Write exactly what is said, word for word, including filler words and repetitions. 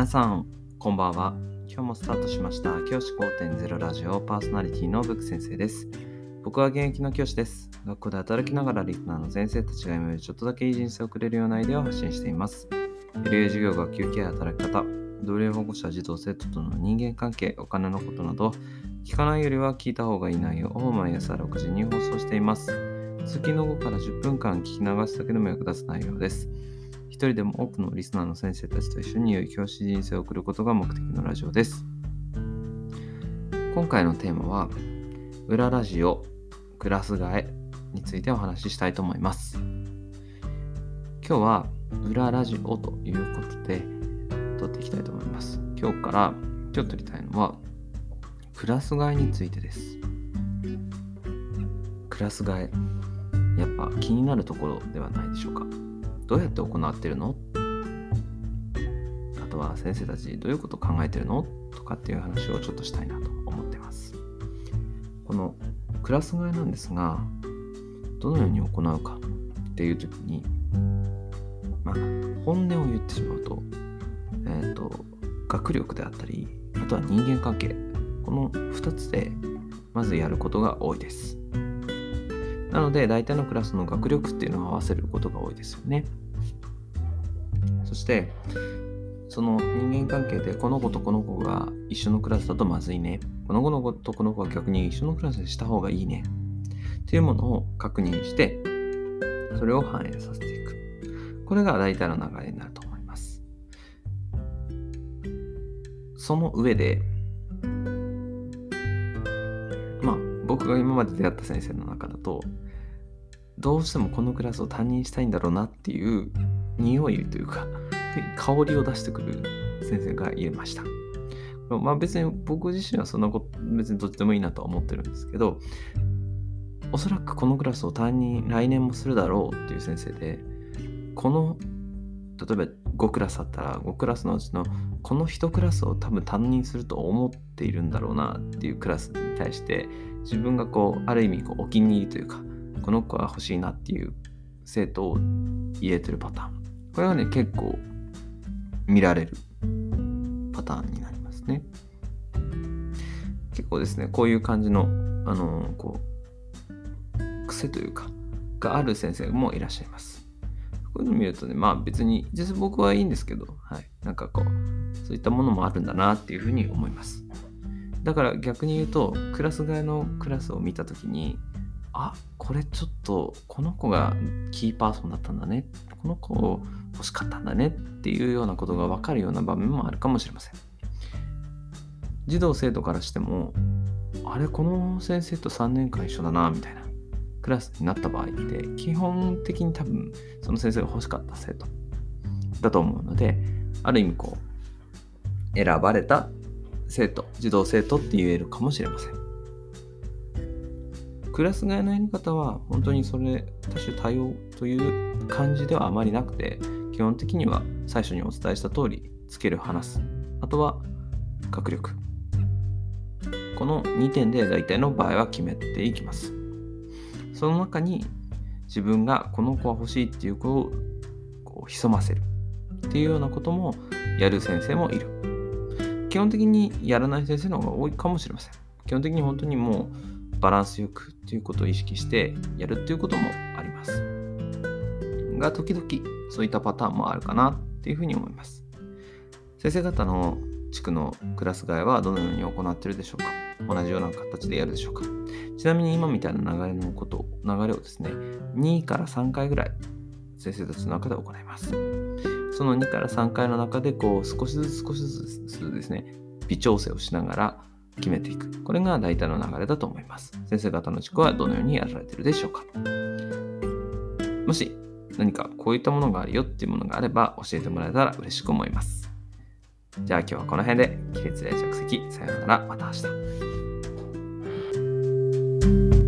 皆さんこんばんは。今日もスタートしました教師 ごてんゼロ ラジオパーソナリティのブック先生です。僕は現役の教師です。学校で働きながらリスナーの先生たちが今よりちょっとだけいい人生を送れるようなアイデアを発信しています。エルエー 授業、学級ケア、働き方、同僚保護者、児童生徒との人間関係、お金のことなど聞かないよりは聞いた方がいい内容を毎朝ろくじに放送しています。通勤の後からじゅっぷんかん聞き流すだけでも役立つ内容です。一人でも多くのリスナーの先生たちと一緒に良い教師人生を送ることが目的のラジオです。今回のテーマは裏ラジオクラス替えについてお話ししたいと思います。今日は裏ラジオということで撮っていきたいと思います。今日から今日撮りたいのはクラス替えについてです。クラス替え、やっぱ気になるところではないでしょうか。どうやって行っているの？あとは先生たちどういうことを考えているの？とかっていう話をちょっとしたいなと思っています。このクラス替えなんですが、どのように行うかっていう時に、まあ本音を言ってしまうと、えーと、学力であったり、あとは人間関係、このふたつでまずやることが多いです。なので大体のクラスの学力っていうのを合わせることが多いですよね。そしてその人間関係でこの子とこの子が一緒のクラスだとまずいね、この子とこの子は逆に一緒のクラスにした方がいいねっていうものを確認してそれを反映させていく。これが大体の流れになると思います。その上でまあ僕が今まで出会った先生の中だとどうしてもこのクラスを担任したいんだろうなっていう匂いというか香りを出してくる先生がいました。まあ別に僕自身はそんなこと別にどっちでもいいなとは思ってるんですけど、おそらくこのクラスを担任来年もするだろうっていう先生で、この例えばごクラスあったらごクラスのうちのこのいちクラスを多分担任すると思っているんだろうなっていうクラスに対して自分がこうある意味こうお気に入りというかこの子は欲しいなっていう生徒を入れてるパターン、これはね結構見られるパターンになりますね。結構ですねこういう感じのあのこう癖というかがある先生もいらっしゃいます。こういうのを見るとね、まあ別に実際僕はいいんですけど、はい、なんかこうそういったものもあるんだなっていうふうに思います。だから逆に言うとクラス替えのクラスを見たときに、あ、これちょっとこの子がキーパーソンだったんだね、この子を欲しかったんだねっていうようなことが分かるような場面もあるかもしれません。児童生徒からしても、あれこの先生とさんねんかん一緒だなみたいなクラスになった場合って基本的に多分その先生が欲しかった生徒だと思うので、ある意味こう選ばれた生徒、児童生徒って言えるかもしれません。クラス替えのやり方は本当にそれ多種多様という感じではあまりなくて、基本的には最初にお伝えした通りつける話す、あとは学力、このにてんで大体の場合は決めていきます。その中に自分がこの子は欲しいっていう子をこう潜ませるっていうようなこともやる先生もいる。基本的にやらない先生の方が多いかもしれません。基本的に本当にもうバランスよくっていうことを意識してやるっていうこともありますが、時々そういったパターンもあるかなっていうふうに思います。先生方の地区のクラス替えはどのように行っているでしょうか。同じような形でやるでしょうか。ちなみに今みたいな流れのこと流れをですねにからさんかいぐらい先生たちの中で行います。そのにからさんかいの中でこう少しずつ少しずつですね微調整をしながら決めていく。これが大体の流れだと思います。先生方の地区はどのようにやられているでしょうか。もし何かこういったものがあるよっていうものがあれば教えてもらえたら嬉しく思います。じゃあ今日はこの辺で。起立例着席。さようなら。また明日。